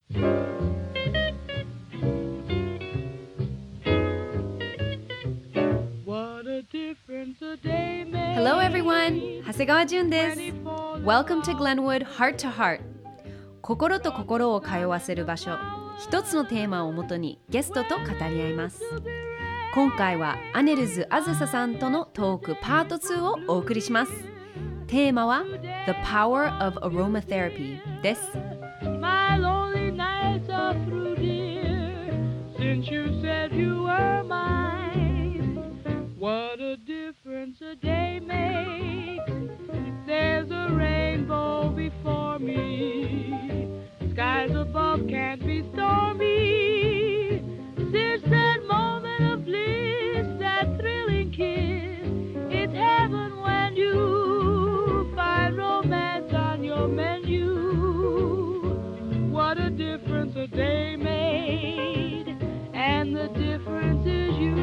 Hello everyone! 長谷川純です。Welcome to Glenwood Heart to Heart。心と心を通わせる場所。一つのテーマをもとにゲストと語り合います。今回はアネルズあずささんとのトークパート2をお送りします。テーマは The Power of Aromatherapy です。My lonely nights are through, dear, since you said you were mine. What a difference a day makes. There's a rainbow before me. Skies above can't be stormy. Since that moment of bliss, that thrilling kiss, it's heaven when you find romance on your menu. What a difference a day made, and the difference is you.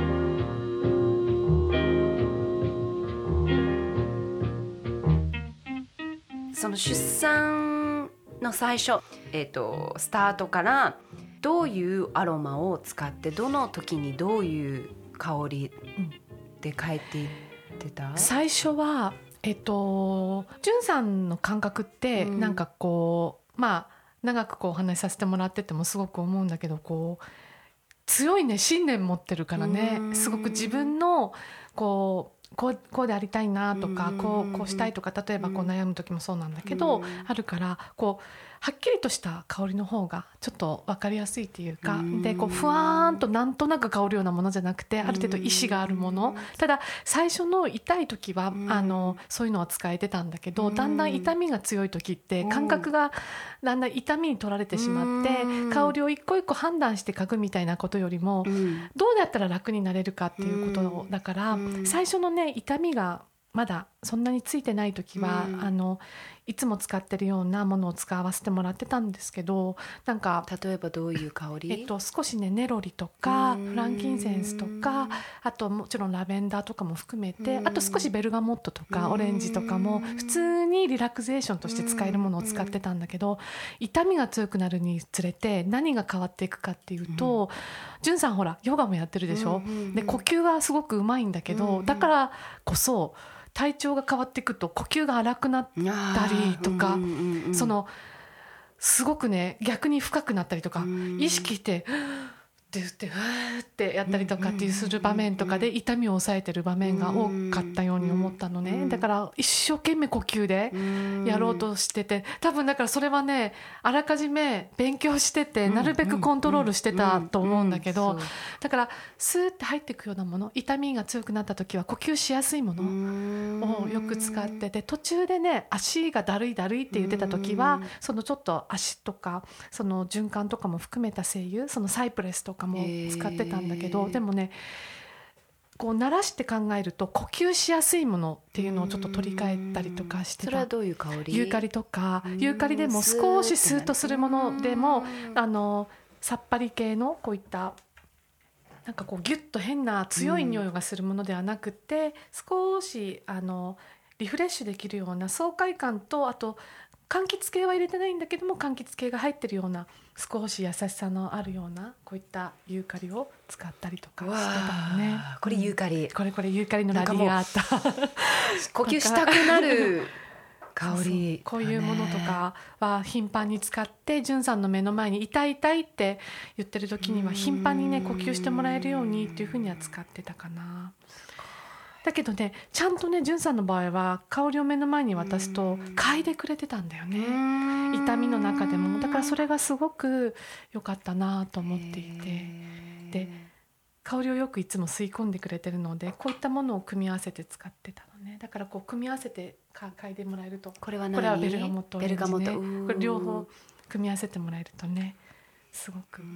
その出産の最初、スタートからどういうアロマを使ってどの時にどういう香りで変えていってた？ 最初は純さんの感覚って、なんかこう長くこうお話しさせてもらっててもすごく思うんだけど、こう強いね信念持ってるからね、すごく自分のこうでありたいなとか、こうしたいとか、例えばこう悩む時もそうなんだけど、あるからこうはっきりとした香りの方がちょっと分かりやすいっていうか、でこうふわーんとなんとなく香るようなものじゃなくて、ある程度意志があるもの。ただ最初の痛い時はそういうのは使えてたんだけど、だんだん痛みが強い時って感覚がだんだん痛みに取られてしまって、香りを一個一個判断して嗅ぐみたいなことよりも、どうやったら楽になれるかっていうことだから、最初のね痛みがまだそんなについてない時は、いつも使ってるようなものを使わせてもらってたんですけど、なんか例えばどういう香り？ 少しねネロリとかフランキンセンスとか、あともちろんラベンダーとかも含めて、あと少しベルガモットとかオレンジとかも普通にリラクゼーションとして使えるものを使ってたんだけど、痛みが強くなるにつれて何が変わっていくかっていうと、純さんほらヨガもやってるでしょ、で呼吸はすごくうまいんだけど、だからこそ体調が変わっていくと呼吸が荒くなったりとか、そのすごくね逆に深くなったりとか、意識してって言ってふーってやったりとかっていうする場面とかで痛みを抑えてる場面が多かったように思ったのね。だから一生懸命呼吸でやろうとしてて、多分だからそれはねあらかじめ勉強してて、なるべくコントロールしてたと思うんだけど、だからスーって入っていくようなもの、痛みが強くなった時は呼吸しやすいものをよく使ってて、途中でね足がだるいって言ってた時は、そのちょっと足とかその循環とかも含めた精油、そのサイプレスとかも使ってたんだけど、でもねこう慣らして考えると呼吸しやすいものっていうのをちょっと取り替えたりとかしてた。 それはどういう香り？ ユーカリとか、ユーカリでも少しスーッとするものでも、さっぱり系のこういったなんかこうギュッと変な強い匂いがするものではなくて、少しリフレッシュできるような爽快感と、あと柑橘系は入れてないんだけども柑橘系が入ってるような少し優しさのあるようなこういったユーカリを使ったりとかしてたのね。 これユーカリ、 これユーカリのラディアータ呼吸したくなる香り、 こういうものとかは頻繁に使って、純さんの目の前に痛いって言ってる時には頻繁にね呼吸してもらえるようにっていうふうには使ってたかな。だけどねちゃんとね純さんの場合は香りを目の前に渡すと嗅いでくれてたんだよね、痛みの中でも。だからそれがすごく良かったなと思っていて、で香りをよくいつも吸い込んでくれてるので、こういったものを組み合わせて使ってたのね。だからこう組み合わせて嗅いでもらえると、 これはベルガモットオレンジね、これ両方組み合わせてもらえるとねすごくこう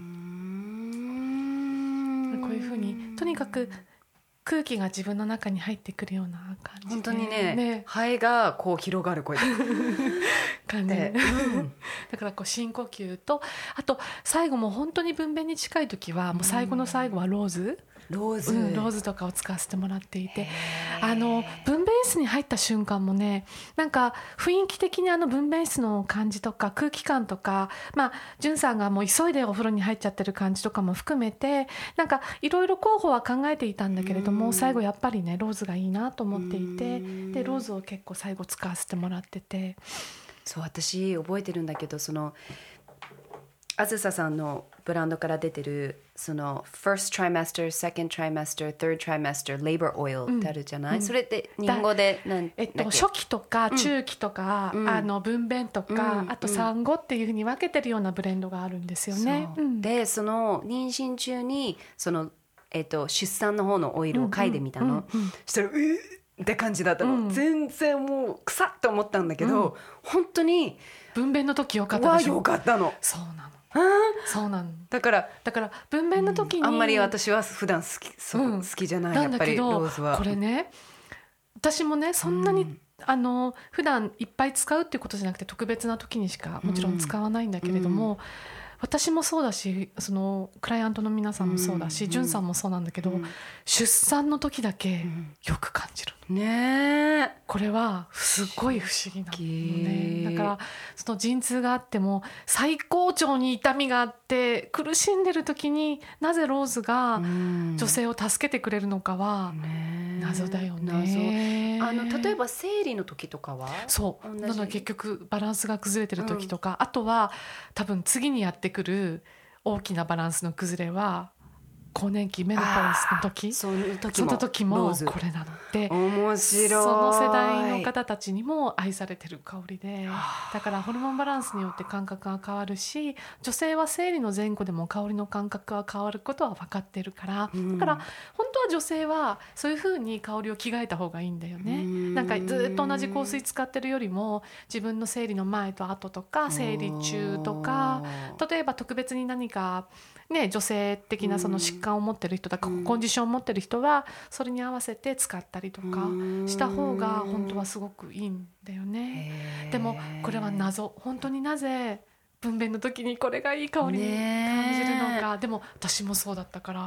いうふうにとにかく空気が自分の中に入ってくるような感じで、 本当にね肺がこう広がるこういう感じ、だからこう深呼吸と、あと最後も本当に分娩に近い時はもう最後の最後はローズローズ、 ローズとかを使わせてもらっていて、分娩室に入った瞬間もね、なんか雰囲気的に分娩室の感じとか空気感とか、じゅんさんがもう急いでお風呂に入っちゃってる感じとかも含めて、なんかいろいろ候補は考えていたんだけれども、最後やっぱりねローズがいいなと思っていて、でローズを結構最後使わせてもらってて、 そう、私覚えてるんだけど、そのあずささんのブランドから出てるその first trimester, second trimester, third trimester labor oil ってあるじゃない、それって日本語でなんだっけ、 初期とか中期とか、分娩とか、あと産後っていうふうに分けてるようなブレンドがあるんですよね。 でその妊娠中にその、出産の方のオイルを嗅いでみたの、したらって感じだったの、全然もう臭っと思ったんだけど、本当に分娩の時よかったでしょ。 よかったの。 そうなの。そうなの。 だから分娩の時に、 あんまり私は普段好きじゃない、やっぱりローズは。 これね、私もねそんなに、普段いっぱい使うっていうことじゃなくて特別な時にしかもちろん使わないんだけれども、私もそうだし、そのクライアントの皆さんもそうだし、ジュンさんもそうなんだけど、出産の時だけよく感じるね。 これはすごい不思議なのね。だからその陣痛があっても最高潮に痛みがあって苦しんでる時になぜローズが女性を助けてくれるのかは謎だよね。 例えば生理の時とかはそうなので、結局バランスが崩れてる時とか、あとは多分次にやってくる大きなバランスの崩れは更年期メノポーズの時、その時もこれなので、 面白い。 その世代の方たちにも愛されてる香りで、だからホルモンバランスによって感覚が変わるし、女性は生理の前後でも香りの感覚が変わることは分かってるから、だから本当は女性はそういう風に香りを着替えた方がいいんだよね。なんかずっと同じ香水使ってるよりも、自分の生理の前と後とか生理中とか、例えば特別に何かね、女性的なその疾患を持ってる人だか、コンディションを持ってる人はそれに合わせて使ったりとかした方が本当はすごくいいんだよね。でもこれは謎、本当になぜ分娩の時にこれがいい香りに感じるのか。でも私もそうだったから。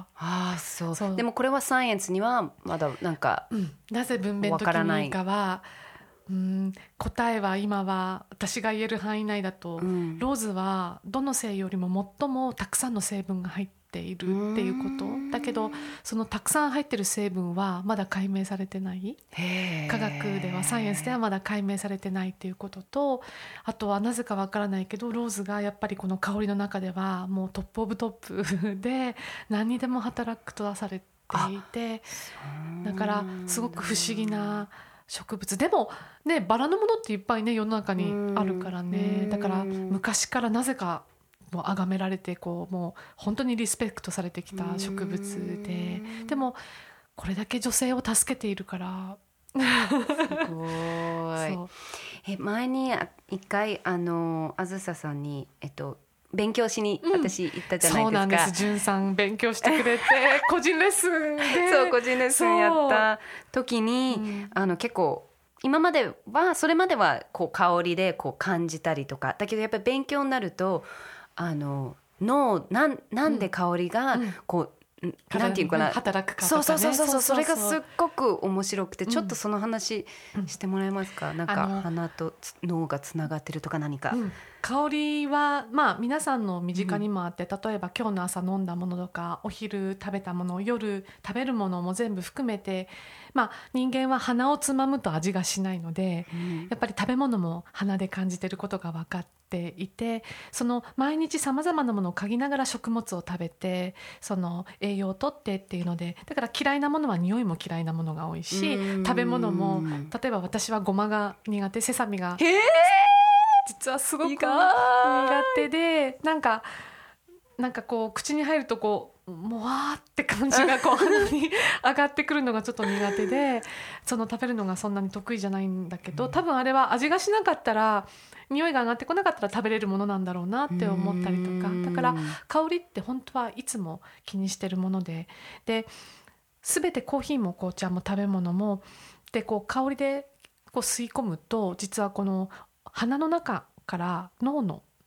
そうでもこれはサイエンスにはまだなんか、 なぜ分娩の時にいいかは答えは今は私が言える範囲内だと、ローズはどの精油よりも最もたくさんの成分が入っているっていうことだけど、そのたくさん入ってる成分はまだ解明されてない、科学ではサイエンスではまだ解明されてないっていうことと、あとはなぜかわからないけどローズがやっぱりこの香りの中ではもうトップオブトップで何にでも働くとされていて、だからすごく不思議な植物でもね、バラのものっていっぱいね世の中にあるからね。だから昔からなぜかもう崇められて、こうもう本当にリスペクトされてきた植物で、でもこれだけ女性を助けているからすごい。前に一回あずささんに勉強しに私行ったじゃないですか。 そうなんです。じゅんさん勉強してくれて個人レッスンでそう個人レッスンやった時に、結構今まではそれまではこう香りでこう感じたりとかだけど、やっぱり勉強になると脳なんで香りがこう、なんていうかな、 働くかとかね。 そうそれがすっごく面白くて、ちょっとその話してもらえますか。なんか鼻と脳がつながってるとか何か、 香りは皆さんの身近にもあって、例えば今日の朝飲んだものとかお昼食べたもの、夜食べるものも全部含めて、人間は鼻をつまむと味がしないので、やっぱり食べ物も鼻で感じてることが分かっていて、その毎日さまざまなものを嗅ぎながら食物を食べてその栄養をとってっていうので、だから嫌いなものは匂いも嫌いなものが多いし、食べ物も例えば私はごまが苦手、セサミが実はすごく苦手で、なんかこう口に入るとこうもわーって感じがこう鼻に上がってくるのがちょっと苦手で、その食べるのがそんなに得意じゃないんだけど、多分あれは味がしなかったら、匂いが上がってこなかったら食べれるものなんだろうなって思ったりとか、だから香りって本当はいつも気にしてるもので、全てコーヒーも紅茶も食べ物もでこう香りでこう吸い込むと、実はこの鼻の中から脳の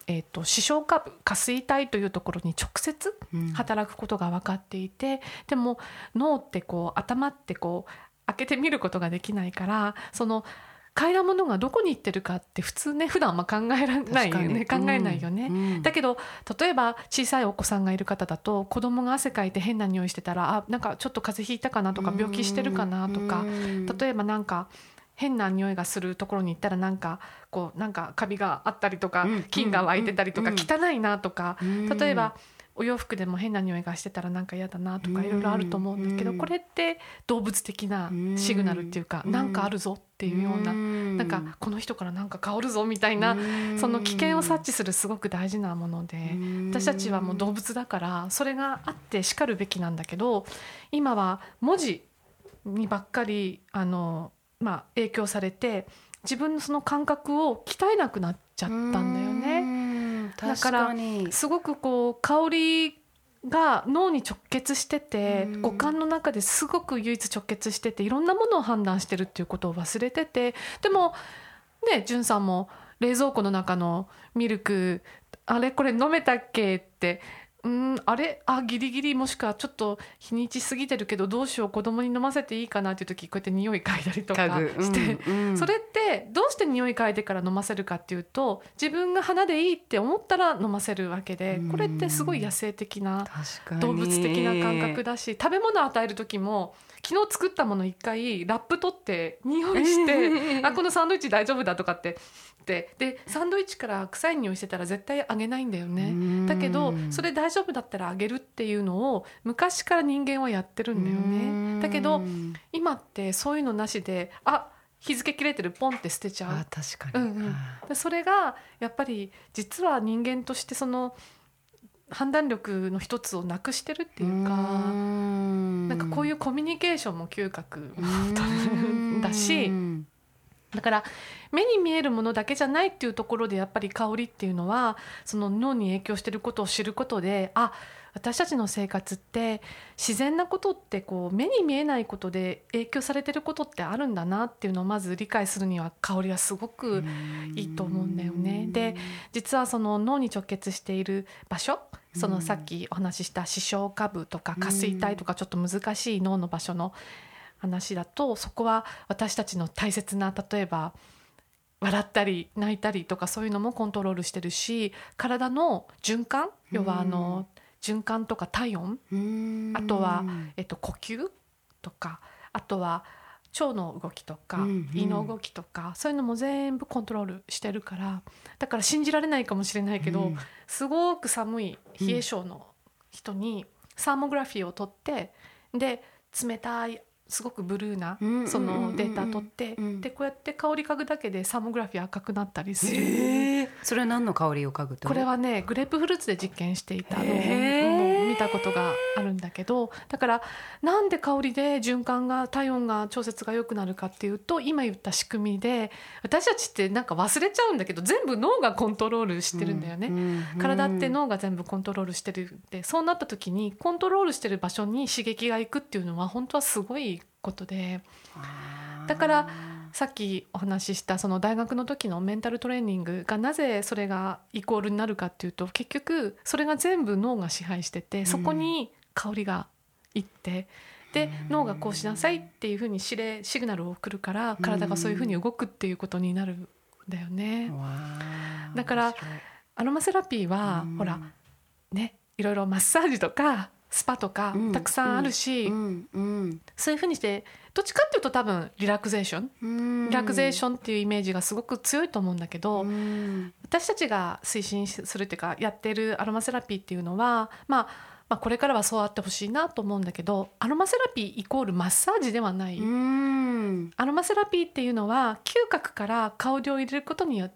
視床下部下垂体というところに直接働くことが分かっていて、でも脳ってこう頭ってこう開けてみることができないから、その嗅いだものがどこに行ってるかって普通ね普段考えられないよね、考えないよね、だけど例えば小さいお子さんがいる方だと、子供が汗かいて変な匂いしてたら、なんかちょっと風邪ひいたかなとか病気してるかなとか、例えばなんか変な匂いがするところに行ったらなんかカビがあったりとか、菌が湧いてたりとか、汚いなとか、例えばお洋服でも変な匂いがしてたらなんか嫌だなとかいろいろあると思うんだけど、これって動物的なシグナルっていうか、なんかあるぞっていうような、なんかこの人からなんか香るぞみたいな、その危険を察知するすごく大事なもので、私たちはもう動物だからそれがあってしかるべきなんだけど、今は文字にばっかり影響されて、自分のその感覚を鍛えなくなっちゃったんだよね。だからすごくこう香りが脳に直結してて、五感の中ですごく唯一直結してて、いろんなものを判断してるっていうことを忘れてて、でもね、じゅんさんも冷蔵庫の中のミルク、あれこれ飲めたっけって、ギリギリ、もしくはちょっと日にち過ぎてるけどどうしよう、子供に飲ませていいかなっていう時、こうやって匂い嗅いだりとかして、それってどうして匂い嗅いでから飲ませるかっていうと、自分が花でいいって思ったら飲ませるわけで、これってすごい野生的な動物的な感覚だし、食べ物を与える時も昨日作ったもの一回ラップ取って匂いしてこのサンドイッチ大丈夫だとかってでサンドイッチから臭い匂いしてたら絶対あげないんだよね。だけどそれ大丈夫だったらあげるっていうのを昔から人間はやってるんだよね。だけど今ってそういうのなしで、日付切れてる、ポンって捨てちゃう。 確かに、 それがやっぱり実は人間としてその判断力の一つをなくしてるっていうか、なんかこういうコミュニケーションも嗅覚だし、だから目に見えるものだけじゃないっていうところで、やっぱり香りっていうのはその脳に影響してることを知ることで、私たちの生活って自然なことってこう目に見えないことで影響されてることってあるんだなっていうのをまず理解するには、香りはすごくいいと思うんだよね。で、実はその脳に直結している場所、そのさっきお話しした視床下部とか下垂体とか、ちょっと難しい脳の場所の話だと、そこは私たちの大切な、例えば笑ったり泣いたりとかそういうのもコントロールしてるし、体の循環、要は循環とか体温、あとは、呼吸とか、あとは腸の動きとか、胃の動きとか、そういうのも全部コントロールしてるから、だから信じられないかもしれないけど、すごく寒い冷え性の人にサーモグラフィーを取って、で冷たいすごくブルーなそのデータ取って、でこうやって香り嗅ぐだけでサーモグラフィー赤くなったりする。 それは何の香りを嗅ぐと？ これはね、グレープフルーツで実験していたのを見たことがあるんだけど、だからなんで香りで循環が、体温が、調節が良くなるかっていうと、今言った仕組みで、私たちってなんか忘れちゃうんだけど、全部脳がコントロールしてるんだよね。体って脳が全部コントロールしてるんで、そうなった時にコントロールしてる場所に刺激がいくっていうのは本当はすごいことで、だからさっきお話ししたその大学の時のメンタルトレーニングがなぜそれがイコールになるかっていうと、結局それが全部脳が支配してて、そこに香りがいって、で脳がこうしなさいっていうふうにシグナルを送るから、体がそういうふうに動くっていうことになるんだよね。だからアロマセラピーはほらね、いろいろマッサージとかスパとかたくさんあるし、そういうふうにしてどっちかっていうと多分リラクゼーションっていうイメージがすごく強いと思うんだけど、私たちが推進するっていうかやってるアロマセラピーっていうのは、これからはそうあってほしいなと思うんだけど、アロマセラピーイコールマッサージではない。アロマセラピーっていうのは嗅覚から香りを入れることによって、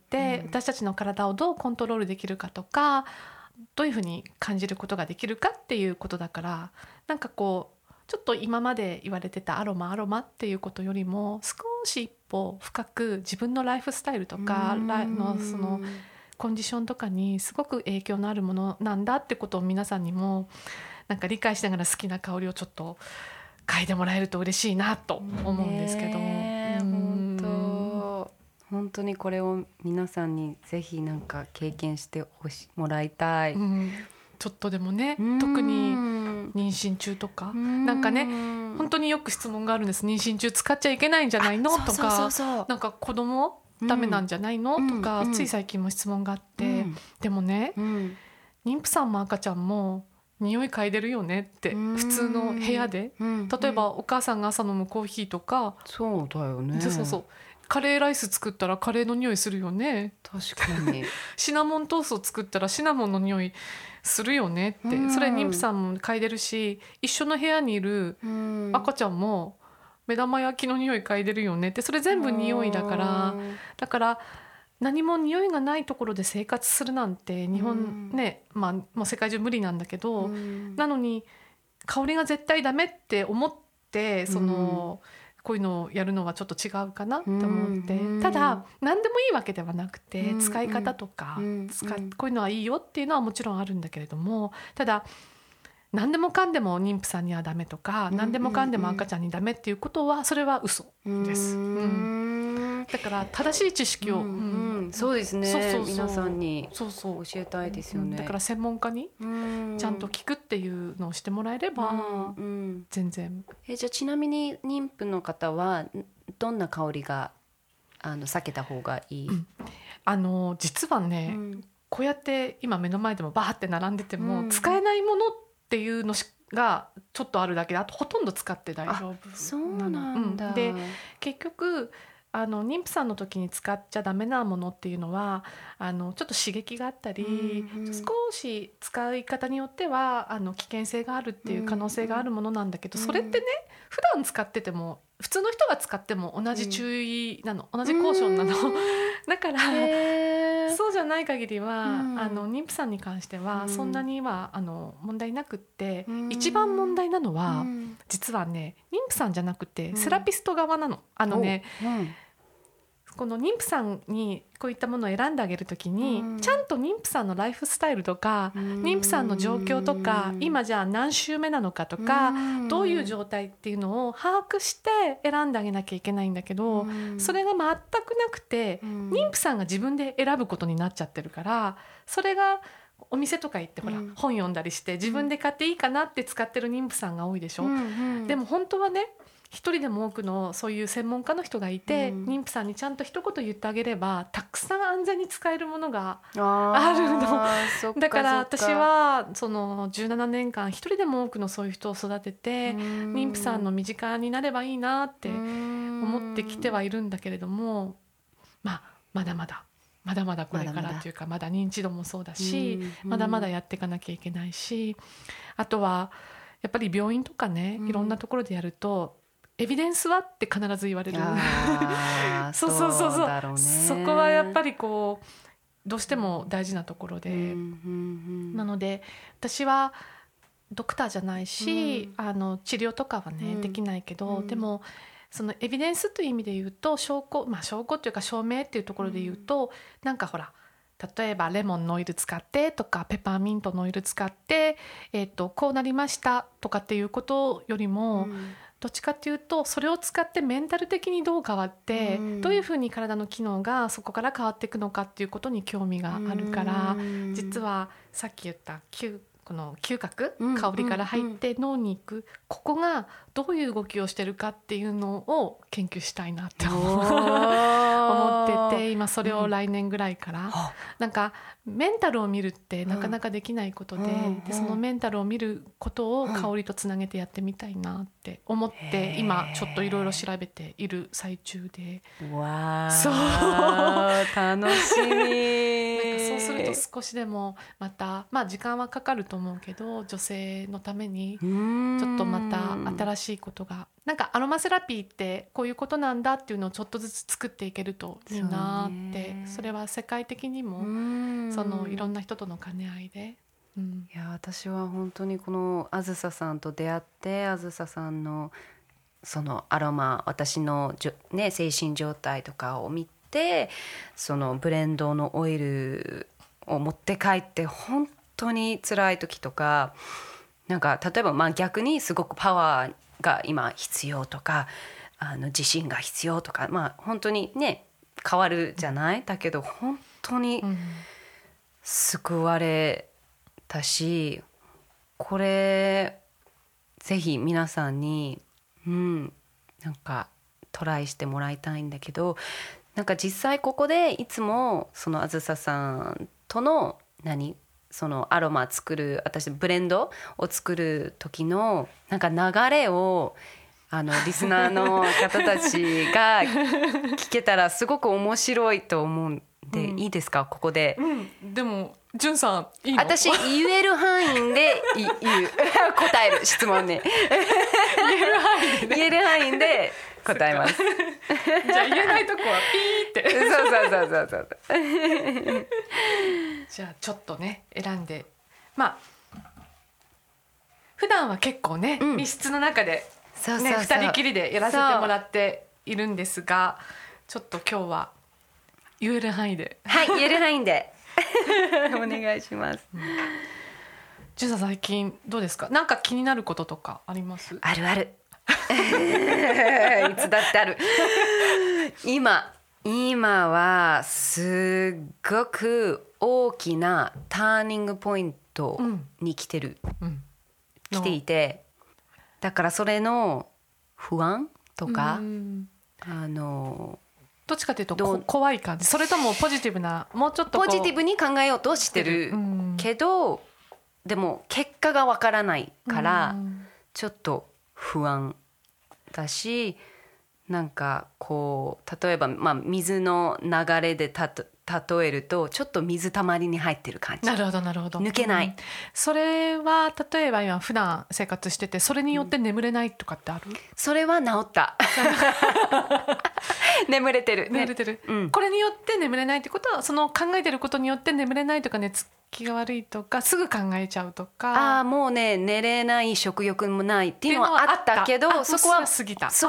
私たちの体をどうコントロールできるかとか、どういうふうに感じることができるかっていうことだから、なんかこうちょっと今まで言われてたアロマっていうことよりも、少し一歩深く自分のライフスタイルとかのそのコンディションとかにすごく影響のあるものなんだってことを皆さんにもなんか理解しながら、好きな香りをちょっと嗅いでもらえると嬉しいなと思うんですけど、 本当にこれを皆さんにぜひなんか経験してもらいたい、 ちょっとでもね、特に妊娠中とかなんかね、本当によく質問があるんです。妊娠中使っちゃいけないんじゃないのとか、なんか子供ダメなんじゃないのとか、つい最近も質問があって、でもね、妊婦さんも赤ちゃんも匂い嗅いでるよねって、普通の部屋で、例えばお母さんが朝飲むコーヒーとか、 そうだよね、 そうカレーライス作ったらカレーの匂いするよね、 確かにシナモントースト作ったらシナモンの匂いするよねって、それ妊婦さんも嗅いでるし、一緒の部屋にいる赤ちゃんも目玉焼きの匂い嗅いでるよねって、それ全部匂いだから、だから何も匂いがないところで生活するなんて日本ね、もう世界中無理なんだけど、なのに香りが絶対ダメって思ってこういうのをやるのはちょっと違うかなと思って、ただ何でもいいわけではなくて、使い方とか、こういうのはいいよっていうのはもちろんあるんだけれども、ただ何でもかんでも妊婦さんにはダメとか、何でもかんでも赤ちゃんにダメっていうことは、それは嘘です、だから正しい知識を、 そうですね、皆さんに教えたいですよね、 だから専門家にちゃんと聞くっていうのをしてもらえれば、全然。 じゃあちなみに妊婦の方はどんな香りが避けた方がいい？ 実はね、こうやって今目の前でもバーって並んでても、使えないものっていうのがちょっとあるだけで、あとほとんど使って大丈夫。 そうなんだ。 で結局妊婦さんの時に使っちゃダメなものっていうのはちょっと刺激があったり、少し使い方によっては危険性があるっていう可能性があるものなんだけど、それってね、普段使ってても普通の人が使っても同じ注意なの、同じコーションなのだからそうじゃない限りは、妊婦さんに関してはそんなには問題なくって、一番問題なのは、実はね、妊婦さんじゃなくてセラピスト側なの。この妊婦さんにこういったものを選んであげるときに、ちゃんと妊婦さんのライフスタイルとか、妊婦さんの状況とか、今じゃあ何週目なのかとか、どういう状態っていうのを把握して選んであげなきゃいけないんだけど、それが全くなくて、妊婦さんが自分で選ぶことになっちゃってるから、それがお店とか行ってほら、本読んだりして自分で買っていいかなって使ってる妊婦さんが多いでしょ、でも本当はね、一人でも多くのそういう専門家の人がいて、妊婦さんにちゃんと一言言ってあげれば、たくさん安全に使えるものがあるの。だから私はその17年間一人でも多くのそういう人を育てて、妊婦さんの身近になればいいなって思ってきてはいるんだけれども、まだまだこれからというか、まだ認知度もそうだし、まだまだやっていかなきゃいけないし、あとはやっぱり病院とかね、いろんなところでやると、エビデンスはって必ず言われるそう、そこはやっぱりこうどうしても大事なところで、なので私はドクターじゃないし、治療とかはね、できないけど、でもそのエビデンスという意味で言うと、証拠というか証明っていうところで言うと、なんかほら、例えばレモンのオイル使ってとか、ペパーミントのオイル使って、こうなりましたとかっていうことよりも、どっちかっていうと、それを使ってメンタル的にどう変わって、どういうふうに体の機能がそこから変わっていくのかっていうことに興味があるから、実はさっき言ったこの嗅覚、香りから入って脳に行く、ここがどういう動きをしてるかっていうのを研究したいなって思ってて、今それを来年ぐらいから、なんかメンタルを見るってなかなかできないことで、そのメンタルを見ることを香りとつなげてやってみたいなって思って、今ちょっといろいろ調べている最中で。 わー、 そう楽しみなんかそうすると少しでもまた、時間はかかると思うけど、女性のためにちょっとまた新しいことが、なんかアロマセラピーってこういうことなんだっていうのをちょっとずつ作っていけるといいなって。 それは世界的にもそのいろんな人との兼ね合いで、いや私は本当にこのあずささんと出会って、あずささんのそのアロマ、私の精神状態とかを見て、そのブレンドのオイルを持って帰って、本当に辛い時とか、なんか例えば逆にすごくパワーが今必要とか、自信が必要とか、本当にね、 変わるじゃない。だけど本当に救われたし、これぜひ皆さんに、なんかトライしてもらいたいんだけど、なんか実際ここでいつもそのあずささんとのそのアロマ作る、私ブレンドを作る時のなんか流れをリスナーの方たちが聞けたらすごく面白いと思うんで、いいですかここで、 でもじゅんさんいいの？ 私言える範囲で答える質問に言える範囲で答えます。 じゃあ言えないとこはピーってそうじゃあちょっとね選んで、まあ普段は結構ね、密室の中でね、2人きりでやらせてもらっているんですが、ちょっと今日は言える範囲で、 はい言える範囲でお願いします。 じゅんさん最近どうですか？なんか気になることとかあります？ あるあるいつだってある今はすっごく大きなターニングポイントに来ていて、だからそれの不安とか、 どっちかというと怖い感じ、それともポジティブな、もうちょっとポジティブに考えようとしてるけど、でも結果がわからないからちょっと不安だし、なんかこう例えば、水の流れで例えるとちょっと水たまりに入ってる感じ。 なるほど抜けない、 それは例えば今普段生活しててそれによって眠れないとかってある？ それは治った眠れてる、 これによって眠れないってことは、その考えてることによって眠れないとか、寝つきが悪いとか、すぐ考えちゃうとか、 もうね寝れない、食欲もないっていうのはあったけど、そこは過ぎた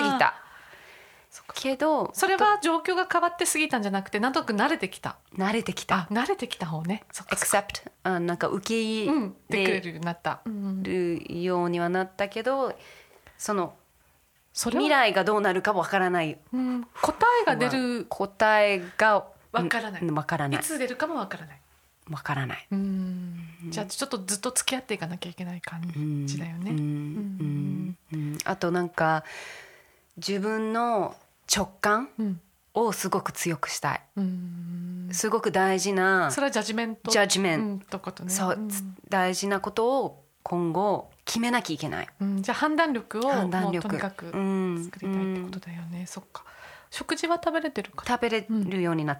けど、 それは状況が変わって過ぎたんじゃなくて、なんとなく慣れてきた方ね。 accept なんか受け入れてくれるようになったるようにはなったけど、その未来がどうなるかわからない、 答えが出る、 答えがわからない、 いつ出るかもわからない、じゃあちょっとずっと付き合っていかなきゃいけない感じだよね。 あとなんか自分の直感をすごく強くしたい、すごく大事な、 それはジャッジメントとことね、 そう、大事なことを今後決めなきゃいけない、 じゃあ判断力をもうとにかく作りたいってことだよね。そっか。食事は食べれてるか？ 食べれるようになった、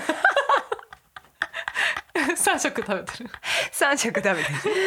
3食食べてる 3食食べてる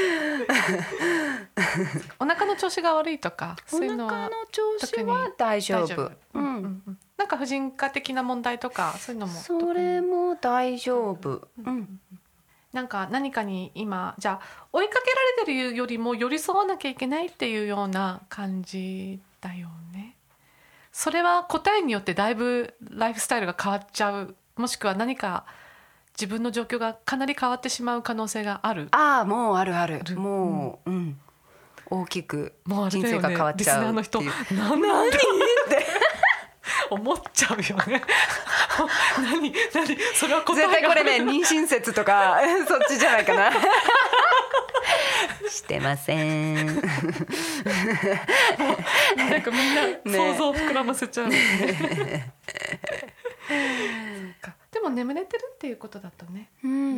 お腹の調子が悪いとか、 そういうのは、お腹の調子は大丈夫、 なんか婦人科的な問題とかそういうのも、 それも大丈夫、 なんか何かに今じゃあ追いかけられてるよりも寄り添わなきゃいけないっていうような感じだよね。それは答えによってだいぶライフスタイルが変わっちゃう、もしくは何か自分の状況がかなり変わってしまう可能性がある。 もうあるもう、大きく人生が変わっちゃう、 リスナーの人何って思っちゃうよね何それは答えが絶対これね妊娠説とかそっちじゃないかなしてませんなんかみんな想像を膨らませちゃう、ねでも眠れてるっていうことだとね、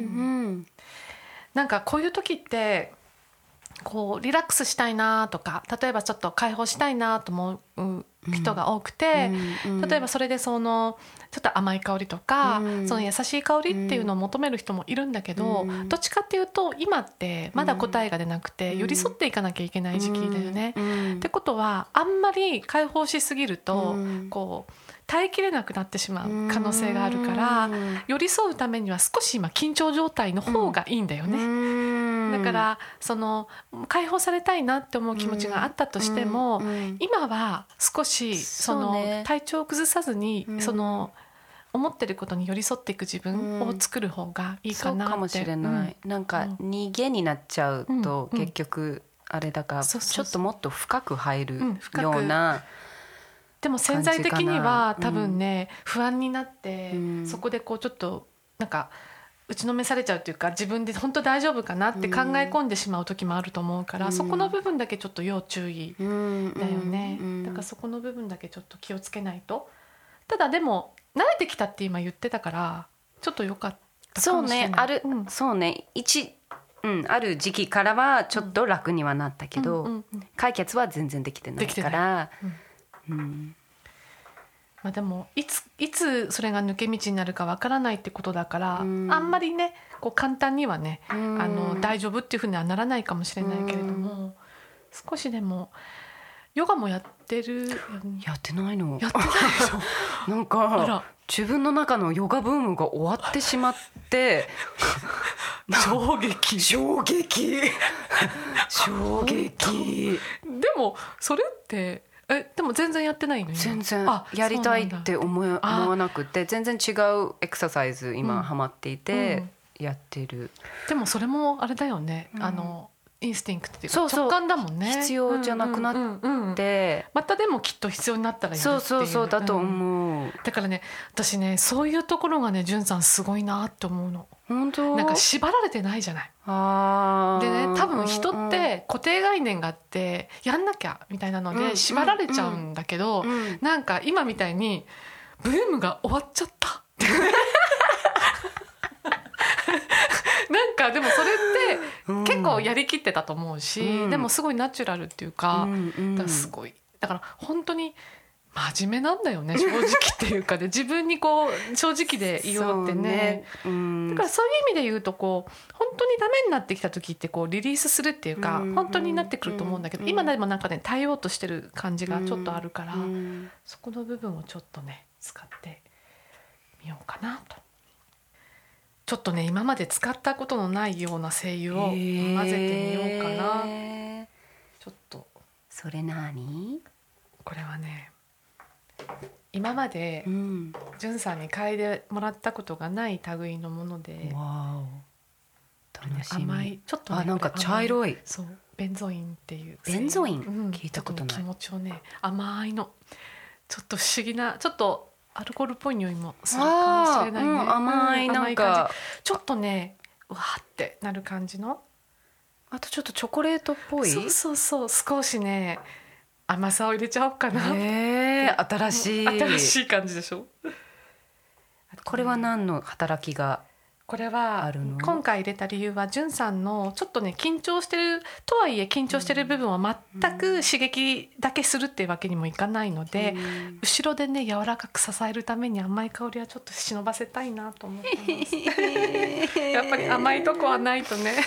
なんかこういう時ってこうリラックスしたいなとか、例えばちょっと解放したいなと思う人が多くて、例えばそれでそのちょっと甘い香りとか、その優しい香りっていうのを求める人もいるんだけど、どっちかっていうと今ってまだ答えが出なくて、寄り添っていかなきゃいけない時期だよね、ってことはあんまり解放しすぎるとこう耐えきれなくなってしまう可能性があるから、寄り添うためには少し今緊張状態の方がいいんだよね、だからその解放されたいなって思う気持ちがあったとしても、今は少しその体調を崩さずに、その思ってることに寄り添っていく自分を作る方がいいかなって、 そうかもしれない、なんか逃げになっちゃうと結局あれだから、ちょっともっと深く入るようなでも潜在的には多分ね、 うん、 不安になって、そこでこうちょっとなんか打ちのめされちゃうというか、自分で本当大丈夫かなって考え込んでしまう時もあると思うから、そこの部分だけちょっと要注意だよね、だからそこの部分だけちょっと気をつけないと。ただでも慣れてきたって今言ってたからちょっと良かったかもしれない。 そうね、ある時期からはちょっと楽にはなったけど、解決は全然できてないから、 まあ、でもいつそれが抜け道になるかわからないってことだから、あんまりねこう簡単にはね、大丈夫っていうふうにはならないかもしれないけれども、少しでもヨガもやってるよね。 やってないの。 やってないでしょなんか自分の中のヨガブームが終わってしまって衝撃でもそれってでも全然やってないのよ。 全然やりたいって思わなくて、全然違うエクササイズ今ハマっていてやってる。 でもそれもあれだよね、インスティンクトっていうか直感だもんね。 必要じゃなくなって、 またでもきっと必要になったらやるっていう。 そうだと思う、 だからね、私ねそういうところがね、じゅんさんすごいなって思うの。 本当？ なんか縛られてないじゃない。でね、多分人って固定概念があってやんなきゃみたいなので縛られちゃうんだけど、なんか今みたいにブームが終わっちゃったってなんかでもそれって結構やりきってたと思うし、でもすごいナチュラルっていうか、だからすごい、だから本当に真面目なんだよね、正直っていうかで、自分にこう正直でいようってね。だからそういう意味で言うとこう本当にダメになってきた時ってこうリリースするっていうか、本当になってくると思うんだけど、今でもなんかね耐えようとしてる感じがちょっとあるから、そこの部分をちょっとね使ってみようかなと。ちょっとね今まで使ったことのないような精油を混ぜてみようかな。ちょっとそれ何？ これはね、今までじゅんさんに嗅いでもらったことがない類のもので、 楽しみ。 甘い、ちょっとね、 なんか茶色い、 そうベンゾインっていう。 ベンゾイン、聞いたことない。 気持ちをね、甘いのちょっと不思議な、ちょっとアルコールっぽい匂いもするかもしれないね。 甘い、なんかちょっとねうわーってなる感じの、 あとちょっとチョコレートっぽい。 そう少しね甘さを入れちゃおうかな。 新しい感じでしょ。 これは何の働きが？ これは今回入れた理由は、じゅんさんのちょっとね緊張してるとはいえ緊張してる部分は全く刺激だけするっていうわけにもいかないので、後ろでね柔らかく支えるために甘い香りはちょっと忍ばせたいなと思ってますやっぱり甘いとこはないとね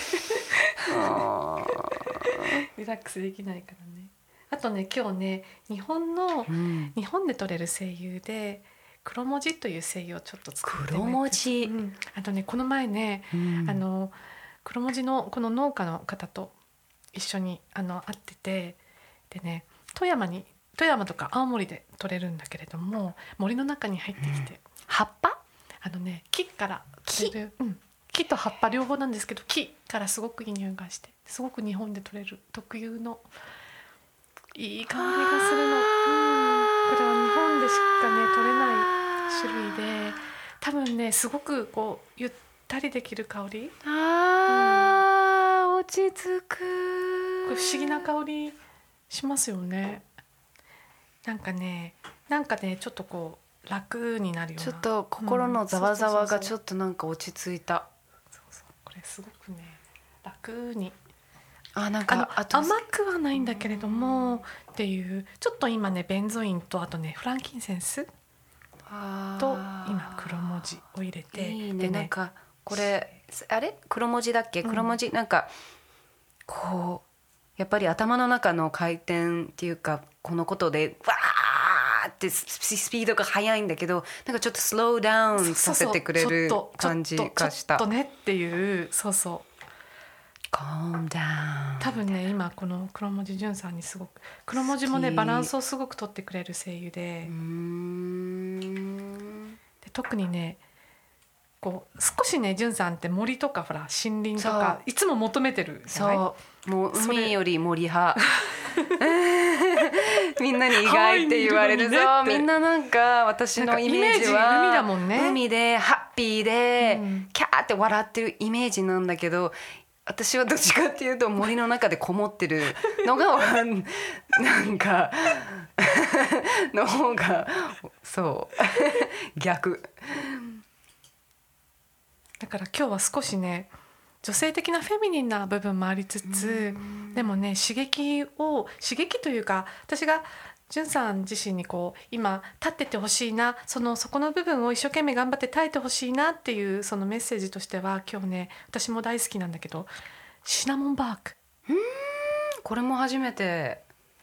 リラックスできないからね。あとね今日ね日本で採れる精油で黒文字という精油をちょっと作ってみて。 黒文字、 あとねこの前ね、黒文字のこの農家の方と一緒に会ってて、でね富山とか青森で採れるんだけれども、森の中に入ってきて、 葉っぱ木から採れる、木と葉っぱ両方なんですけど、木からすごくいい匂いがして、すごく日本で採れる特有のいい香りがするの。これは日本でしかね採れない種類で、多分ねすごくこうゆったりできる香り。 落ち着く。 これ不思議な香りしますよね。なんかねちょっとこう楽になるような、 ちょっと心のざわざわがちょっとなんか落ち着いた。 これすごくね楽に、 なんか甘くはないんだけれどもっていう、ちょっと今ねベンゾインとあとねフランキンセンスと今黒文字を入れて、 いいね。なんかこれ黒文字だっけ？黒文字、なんかこうやっぱり頭の中の回転っていうか、このことでわーってスピードが速いんだけど、なんかちょっとスローダウンさせてくれる感じがした。 ちょっとねっていう、 Calm down。 多分ね今この黒文字じゅんさんにすごく、黒文字もねバランスをすごく取ってくれる精油で、特にねこう少しねじゅんさんって森とかほら森林とかいつも求めてるじゃない？ もう海より森派みんなに意外って言われる。そうみんななんか私のイメージは海だもんね。 海でハッピーで、キャーって笑ってるイメージなんだけど、私はどっちかっていうと森の中でこもってるのがなんかの方がそう逆だから今日は少しね女性的なフェミニンな部分もありつつ、でもね刺激というか、私がじゅんさん自身にこう今立っててほしいな、そこの部分を一生懸命頑張って耐えてほしいなっていうそのメッセージとしては、今日ね私も大好きなんだけどシナモンバーク。 これも初めて。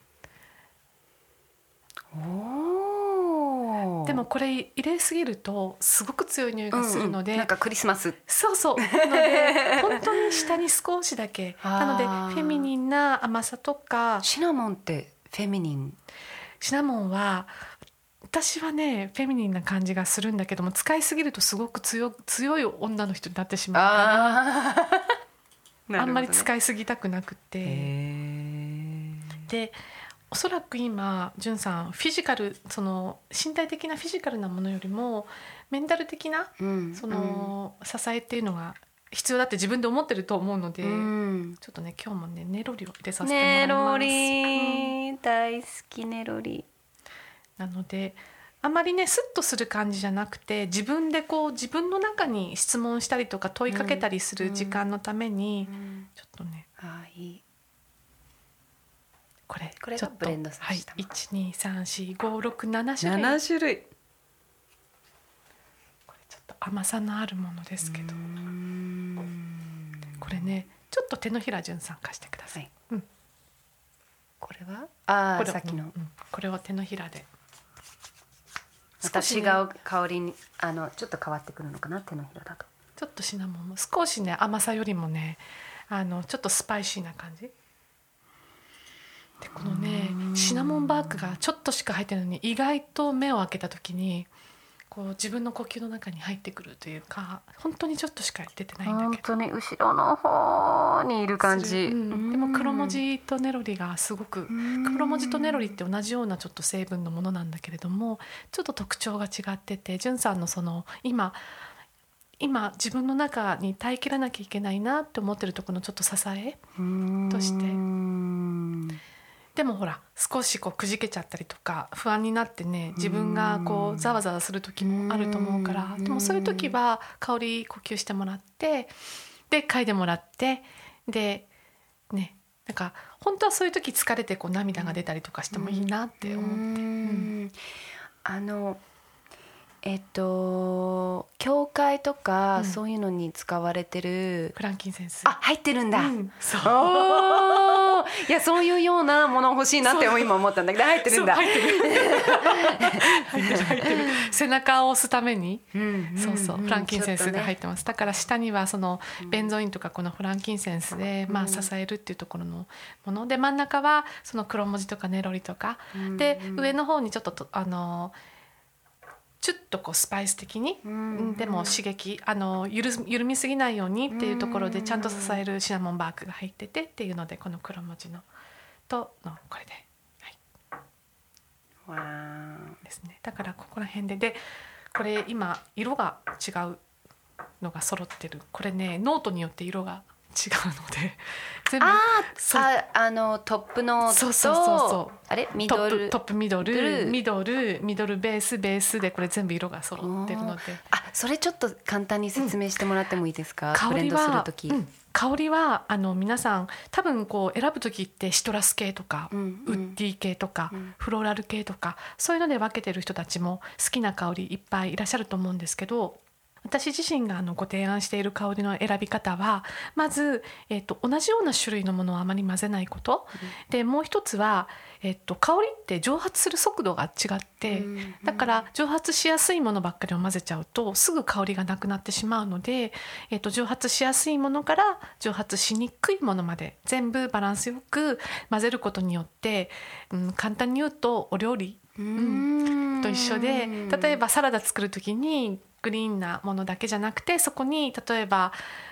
でもこれ入れすぎるとすごく強い匂いがするので、 なんかクリスマスそうなので本当に下に少しだけなのでフェミニンな甘さとか。 シナモンってフェミニン？ シナモンは私はねフェミニンな感じがするんだけども、使いすぎるとすごく強い女の人になってしまうからあんまり使いすぎたくなくて。でおそらく今じゅんさんフィジカル、その身体的なフィジカルなものよりもメンタル的な、その支えっていうのが必要だって自分で思ってると思うので、ちょっとね今日もねネロリを入れさせてもらいます。 ネロリ、大好きネロリ。 なのであまりねスッとする感じじゃなくて、自分でこう自分の中に質問したりとか問いかけたりする時間のために、ちょっとねいい。 これがブレンドさせたもの。 1234567種類。 7種類。 これちょっと甘さのあるものですけど、これねちょっと手のひらじゅんさん貸してください。 これはこれさっきの、 これを手のひらで。 私が香りにちょっと変わってくるのかな、手のひらだと。 ちょっとシナモンも少しね甘さよりもねちょっとスパイシーな感じで、このねシナモンバークがちょっとしか入ってないのに意外と目を開けた時にこう自分の呼吸の中に入ってくるというか、本当にちょっとしか出てないんだけど、 本当に後ろの方にいる感じ。 でも黒文字とネロリがすごく、黒文字とネロリって同じようなちょっと成分のものなんだけれども、ちょっと特徴が違ってて、じゅんさんのその今自分の中に耐えきらなきゃいけないなって思ってるところのちょっと支えとして、でもほら少しこうくじけちゃったりとか不安になってね、自分がこうざわざわする時もあると思うから、でもそういう時は香り呼吸してもらって、で嗅いでもらって、でね、なんか本当はそういう時疲れてこう涙が出たりとかしてもいいなって思って、 教会とかそういうのに使われてる、 フランキンセンス入ってるんだ、 そういやそういうようなもの欲しいなって今思ったんだけど、入ってるんだ。 入ってる背中を押すために、そうフランキンセンスが入ってます、だから下にはそのベンゾインとかこのフランキンセンスで、支えるっていうところのもので、真ん中はその黒文字とかネロリとか、で上の方にちょっとちょっとこうスパイス的に、でも刺激緩みすぎないようにっていうところでちゃんと支えるシナモンバークが入っててっていうので、この黒文字のとのこれで、ですね。だからここら辺でこれ今色が違うのが揃ってる、これねノートによって色が違うので全部トップノートとそうあれミドルトップミドルベースでこれ全部色が揃ってるので、 それちょっと簡単に説明してもらってもいいですか？ブレンドする時、 香りは皆さん多分こう選ぶ時ってシトラス系とか、ウッディ系とか、フローラル系とかそういうので分けてる人たちも好きな香りいっぱいいらっしゃると思うんですけど、私自身がご提案している香りの選び方はまず、同じような種類のものをあまり混ぜないこと、でもう一つは、香りって蒸発する速度が違って、だから蒸発しやすいものばっかりを混ぜちゃうとすぐ香りがなくなってしまうので、蒸発しやすいものから蒸発しにくいものまで全部バランスよく混ぜることによって、簡単に言うとお料理、と一緒で、例えばサラダ作る時にグリーンなものだけじゃなくて、そこに例えば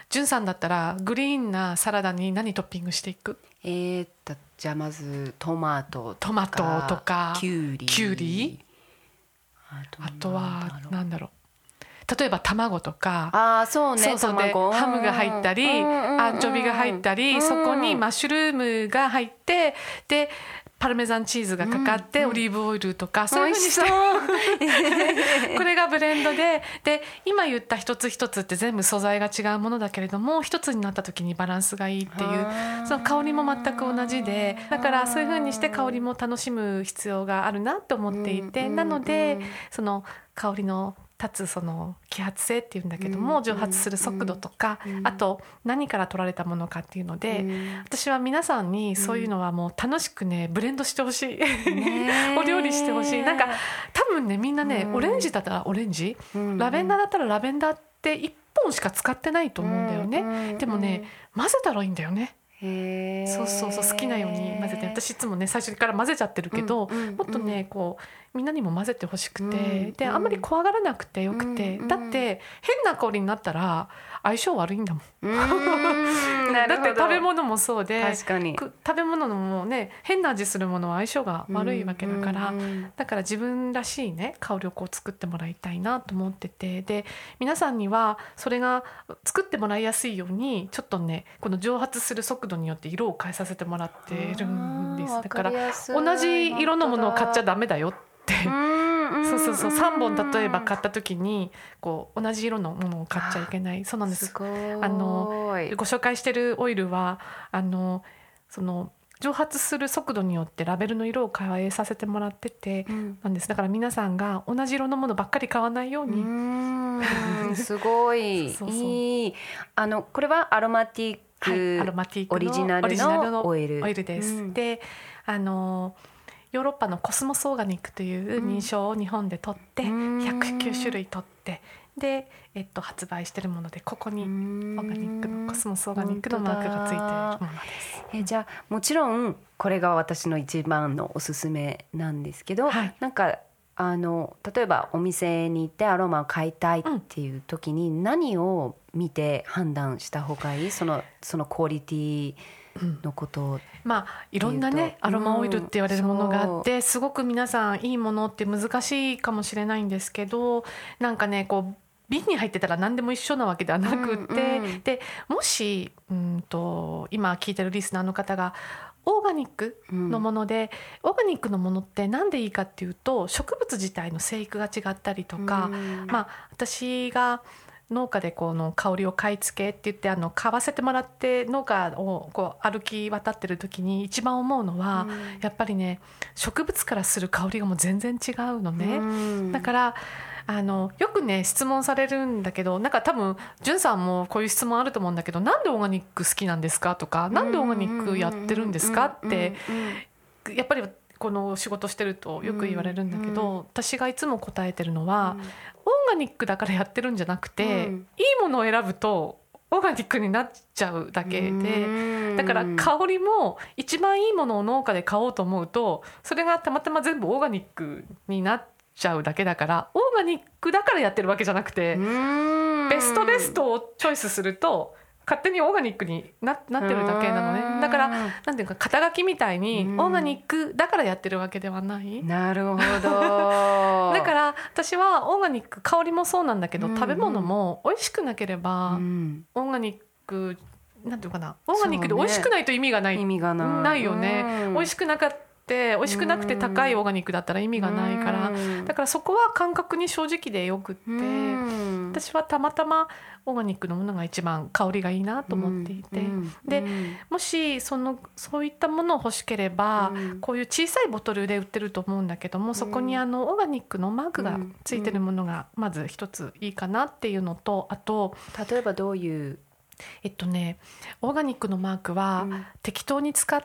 じゅんさんだったらグリーンなサラダに何トッピングしていく？ じゃあまずトマトとかきゅうりあとは何だろう、例えば卵とか、 そうね、 卵、ハムが入ったり、アンチョビが入ったり、そこにマッシュルームが入って、でパルメザンチーズがかかって、オリーブオイルとか、そういうふうにしてこれがブレンドで今言った一つ一つって全部素材が違うものだけれども、一つになった時にバランスがいいっていう、その香りも全く同じで、だからそういうふうにして香りも楽しむ必要があるなと思っていて、なのでその香りの立つその揮発性っていうんだけども、蒸発する速度とか、あと何から取られたものかっていうので、私は皆さんにそういうのはもう楽しくねブレンドしてほしいお料理してほしい。なんか多分ねみんなね、オレンジだったらオレンジ、ラベンダーだったらラベンダーって1本しか使ってないと思うんだよね。でもね混ぜたらいいんだよね。そう好きなように混ぜて、私いつもね最初から混ぜちゃってるけど、もっとねこうみんなにも混ぜてほしくて、であんまり怖がらなくてよくて、だって変な香りになったら相性悪いんだもんだって食べ物もそうで、 確かに食べ物のもね変な味するものは相性が悪いわけだから、だから自分らしいね香りをこう作ってもらいたいなと思ってて、で皆さんにはそれが作ってもらいやすいようにちょっとねこの蒸発する速度によって色を変えさせてもらってるんです。だから同じ色のものを買っちゃダメだよってそう3本例えば買った時にこう同じ色のものを買っちゃいけない。そうなんです。ご紹介してるオイルはその蒸発する速度によってラベルの色を変えさせてもらってて、なんです。だから皆さんが同じ色のものばっかり買わないようにすごいいい。これはアロマティックオリジナルのオイルです。でヨーロッパのコスモスオーガニックという認証を日本で取って109種類取ってで、発売しているもので、ここにオーガニックのコスモスオーガニックのマークがついているものです。 じゃあもちろんこれが私の一番のおすすめなんですけど、なんか例えばお店に行ってアロマを買いたいっていう時に何を見て判断した方がいい？そのクオリティのこといろんなねアロマオイルって言われるものがあって、すごく皆さんいいものって難しいかもしれないんですけど、なんかねこう瓶に入ってたら何でも一緒なわけではなくて、でもし今聞いてるリスナーの方がオーガニックのもので、オーガニックのものってなんでいいかっていうと、植物自体の生育が違ったりとか、私が農家でこの香りを買い付けって言って買わせてもらって農家をこう歩き渡ってる時に一番思うのは、やっぱりね植物からする香りがもう全然違うのね。だからよくね質問されるんだけど、なんか多分じゅんさんもこういう質問あると思うんだけど、なんでオーガニック好きなんですかとか、なんでオーガニックやってるんですかってやっぱりこの仕事してるとよく言われるんだけど、私がいつも答えてるのは、オーガニックだからやってるんじゃなくて、いいものを選ぶとオーガニックになっちゃうだけで、だから香りも一番いいものを農家で買おうと思うと、それがたまたま全部オーガニックになっちゃうだけだから、オーガニックだからやってるわけじゃなくて、ベストをチョイスすると勝手にオーガニックに なってるだけなのね。だからなんていうか肩書きみたいにオーガニックだからやってるわけではない。 なるほどだから私はオーガニック、香りもそうなんだけど、食べ物も美味しくなければ、オーガニックなんていうかな、オーガニックで美味しくないと意味がない、ないよね。美味しくなかった美味しくなくて高いオーガニックだったら意味がないから、だからそこは感覚に正直でよくって、私はたまたまオーガニックのものが一番香りがいいなと思っていて、でもしそういったものを欲しければ、こういう小さいボトルで売ってると思うんだけども、そこにオーガニックのマークがついてるものがまず一ついいかなっていうのと、あと例えばどういうオーガニックのマークは適当に使って、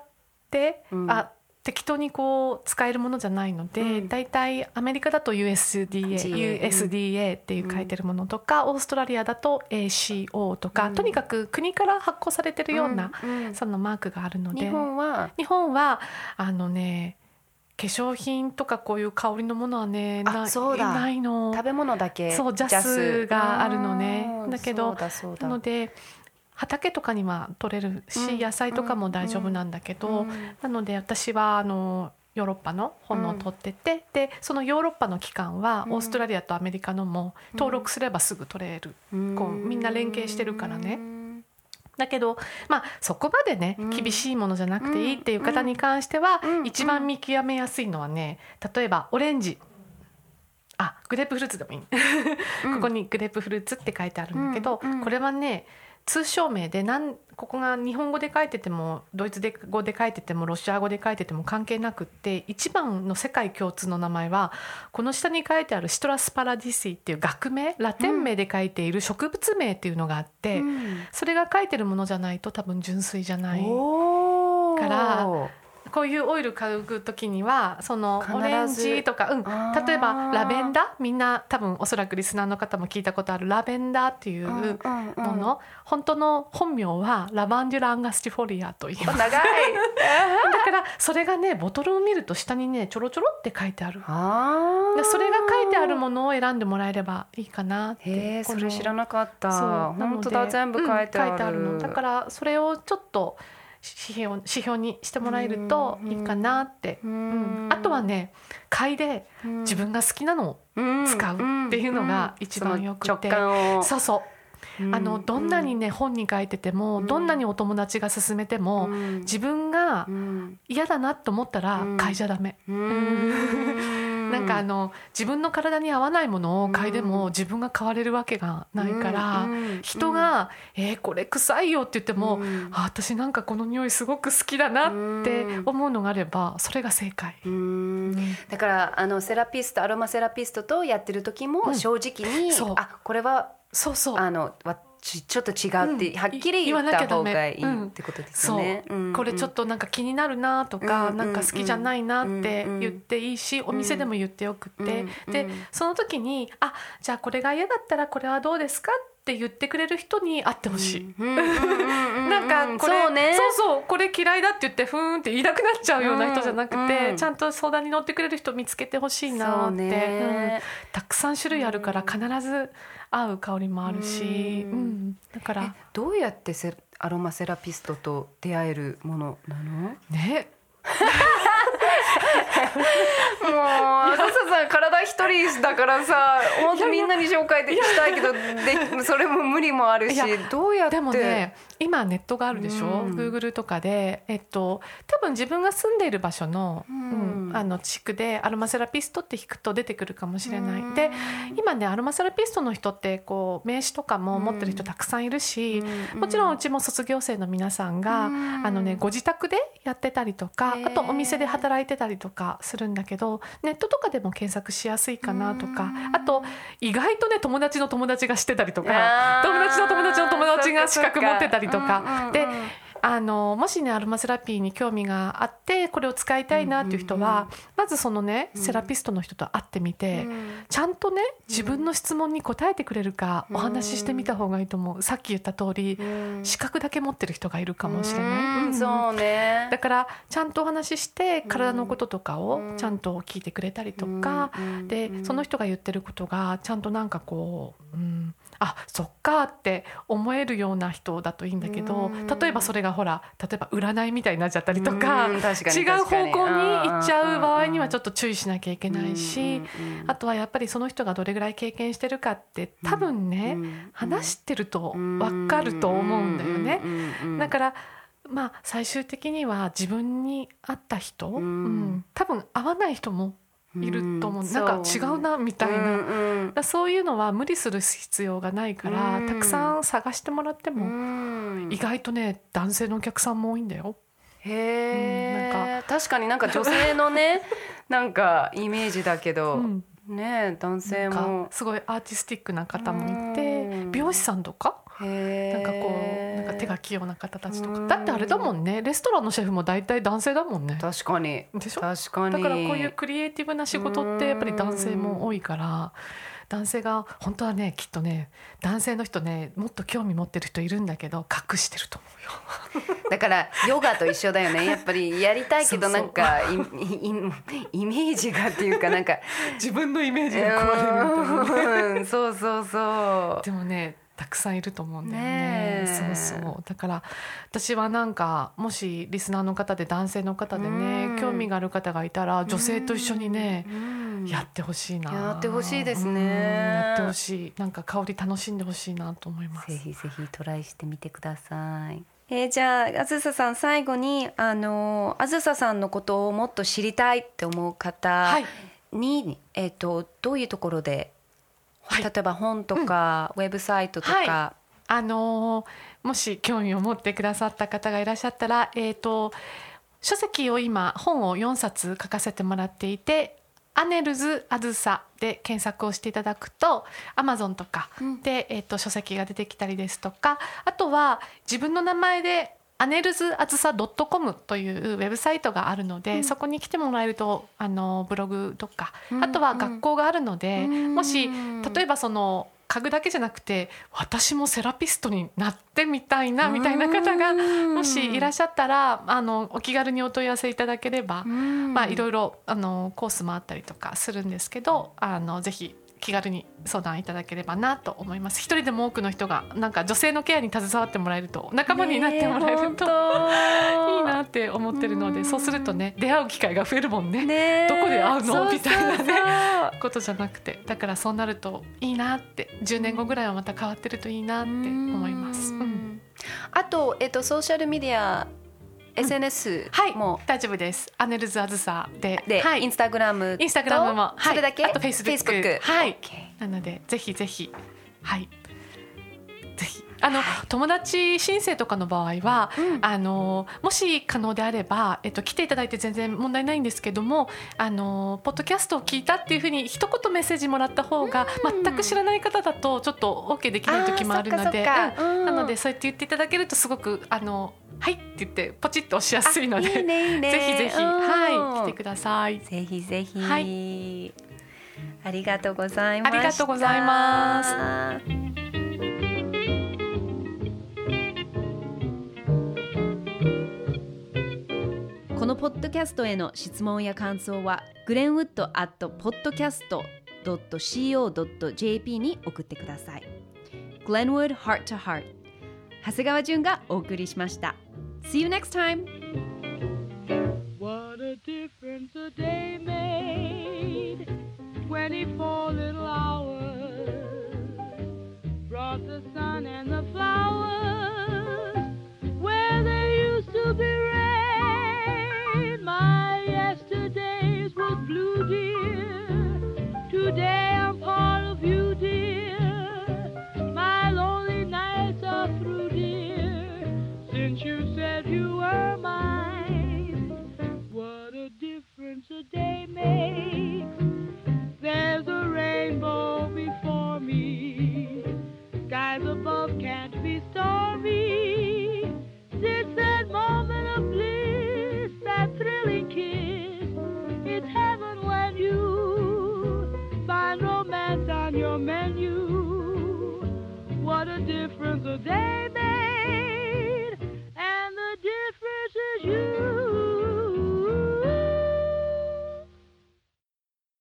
適当にこう使えるものじゃないので、だいたいアメリカだと USDA っていう書いてるものとか、オーストラリアだと ACO とか、とにかく国から発行されてるような、そのマークがあるので、 日本は化粧品とかこういう香りのものはねないの。 食べ物だけそうジャスがあるのね。だけどなので畑とかには取れるし、野菜とかも大丈夫なんだけど、なので私はヨーロッパの本を取ってて、でそのヨーロッパの機関はオーストラリアとアメリカのも登録すればすぐ取れる、こうみんな連携してるからね。だけど、そこまでね厳しいものじゃなくていいっていう方に関しては、一番見極めやすいのはね、例えばオレンジ、グレープフルーツでもいいここにグレープフルーツって書いてあるんだけど、これはね通称名で、ここが日本語で書いててもドイツ語で書いててもロシア語で書いてても関係なくって、一番の世界共通の名前はこの下に書いてあるシトラスパラディシっていう学名、ラテン名で書いている植物名っていうのがあって、それが書いてるものじゃないと多分純粋じゃないから、こういうオイル買う時にはそのオレンジとか、例えばラベンダー、みんな多分おそらくリスナーの方も聞いたことあるラベンダーっていうもの、本当の本名はラバンデュラ・アンガスティフォリアと言います。長いだからそれがねボトルを見ると下にねちょろちょろって書いてある。それが書いてあるものを選んでもらえればいいかなって。 それ知らなかった。本当だ、全部書いてあるのだから、それをちょっと指標にしてもらえるといいかなって、あとはね買いで自分が好きなのを使うっていうのが一番よくて、どんなにね本に書いてても、どんなにお友達が勧めても、自分が嫌だなと思ったら買いじゃダメ。なんか自分の体に合わないものを買いでも自分が買われるわけがないから、人がこれ臭いよって言っても、私なんかこの匂いすごく好きだなって思うのがあれば、それが正解。 だからセラピスト、アロマセラピストとやってる時も正直に、これはちょっと違うってはっきり言った方がいいってことですよね。 これちょっとなんか気になるなとか、なんか好きじゃないなって言っていいし、お店でも言ってよくって、でその時にじゃあこれが嫌だったらこれはどうですかって言ってくれる人に会ってほしい。なんかこれこれ嫌いだって言ってふーんって言いなくなっちゃうような人じゃなくて、ちゃんと相談に乗ってくれる人見つけてほしいなって、たくさん種類あるから必ず合う香りもあるし、だからどうやってアロマセラピストと出会えるものなのね。 もうあささん体一人だからさ、本当みんなに紹介したいけどそれも無理もあるし、どうやって。 でもね今ネットがあるでしょ、Google とかで、多分自分が住んでいる場所の、地区でアロマセラピストって引くと出てくるかもしれない。で今ねアロマセラピストの人ってこう名刺とかも持ってる人たくさんいるし、もちろんうちも卒業生の皆さんがご自宅でやってたりとか、あとお店で働いてたりとかするんだけど、ネットとかでも検索しやすいかなとか、あと意外とね友達の友達がしてたりとか、友達の友達の友達が資格持ってたりとかで、もしねアロマセラピーに興味があってこれを使いたいなっていう人は、まずそのねセラピストの人と会ってみて、ちゃんとね自分の質問に答えてくれるかお話ししてみた方がいいと思う。さっき言った通り、資格だけ持ってる人がいるかもしれない。 そうね。 だからちゃんとお話しして体のこととかをちゃんと聞いてくれたりとか、でその人が言ってることがちゃんとなんかこう、そっかって思えるような人だといいんだけど、例えばそれがほら例えば占いみたいになっちゃったりとか、違う方向に行っちゃう場合にはちょっと注意しなきゃいけないし、あとはやっぱりその人がどれぐらい経験してるかって多分ね、話してると分かると思うんだよね。だから最終的には自分に合った人、多分合わない人もいると思う。なんか違うなみたいな、そういうのは無理する必要がないから、たくさん探してもらっても、意外とね男性のお客さんも多いんだよ。 なんか確かになんか女性のねなんかイメージだけど、ね男性もすごいアーティスティックな方もいて、美容師さんとかなんかこうなんか手が器用な方たちとか、だってあれだもんね、レストランのシェフも大体男性だもんね。 確かにでしょ。 確かに。 だからこういうクリエイティブな仕事ってやっぱり男性も多いから、男性が本当はねきっとね男性の人ねもっと興味持ってる人いるんだけど隠してると思うよ。 だからヨガと一緒だよね。やっぱりやりたいけどなんかイメージがっていうかなんか自分のイメージが壊れるみたいな。 そうそうそう。 でもねたくさんいると思うんだよねね。そうそう。だから私はなんかもしリスナーの方で男性の方でね、興味がある方がいたら女性と一緒にね、やってほしいな。 やってほしいですね。 やってほしい。なんか香り楽しんでほしいなと思います。 ぜひぜひトライしてみてください。じゃああずささん、最後にあずささんのことをもっと知りたいって思う方に、どういうところで、例えば本とか、ウェブサイトとか、 もし興味を持ってくださった方がいらっしゃったら、書籍を今本を4冊書かせてもらっていて、アネルズあずさで検索をしていただくと Amazon とかで、書籍が出てきたりですとか、あとは自分の名前でアネルズあずさ .com というウェブサイトがあるので、そこに来てもらえるとブログとか、あとは学校があるので、もし例えばその家具だけじゃなくて私もセラピストになってみたいなみたいな方がもしいらっしゃったら、お気軽にお問い合わせいただければ、いろいろコースもあったりとかするんですけど、ぜひ気軽に相談いただければなと思います。一人でも多くの人がなんか女性のケアに携わってもらえると、仲間になってもらえると、いいなって思ってるので、そうするとね、出会う機会が増えるもんね。どこで会うのみたいなねことじゃなくて、だからそうなるといいなって、10年後ぐらいはまた変わってるといいなって思います。 あと、ソーシャルメディアSNS も、 大丈夫です。アネルズあずさで、 インスタグラムも、 それだけ、 あとフェイスブック、 はいなのでぜひぜひ、ぜひ友達申請とかの場合は、もし可能であれば、来ていただいて全然問題ないんですけども、ポッドキャストを聞いたっていうふうに一言メッセージもらった方が、全く知らない方だとちょっと OK できない時もあるので、なのでそうやって言っていただけるとすごくはいって言ってポチッと押しやすいので、ぜひぜひ、来てください。 ぜひぜひ、ありがとうございました。 ありがとうございます。 このポッドキャストへの質問や感想は glenwood@podcast.co.jp に送ってください。 Glenwood Heart to Heart、 長谷川純がお送りしました。 See you next time! What a difference a day made, 24 little hours brought the sun and the flowers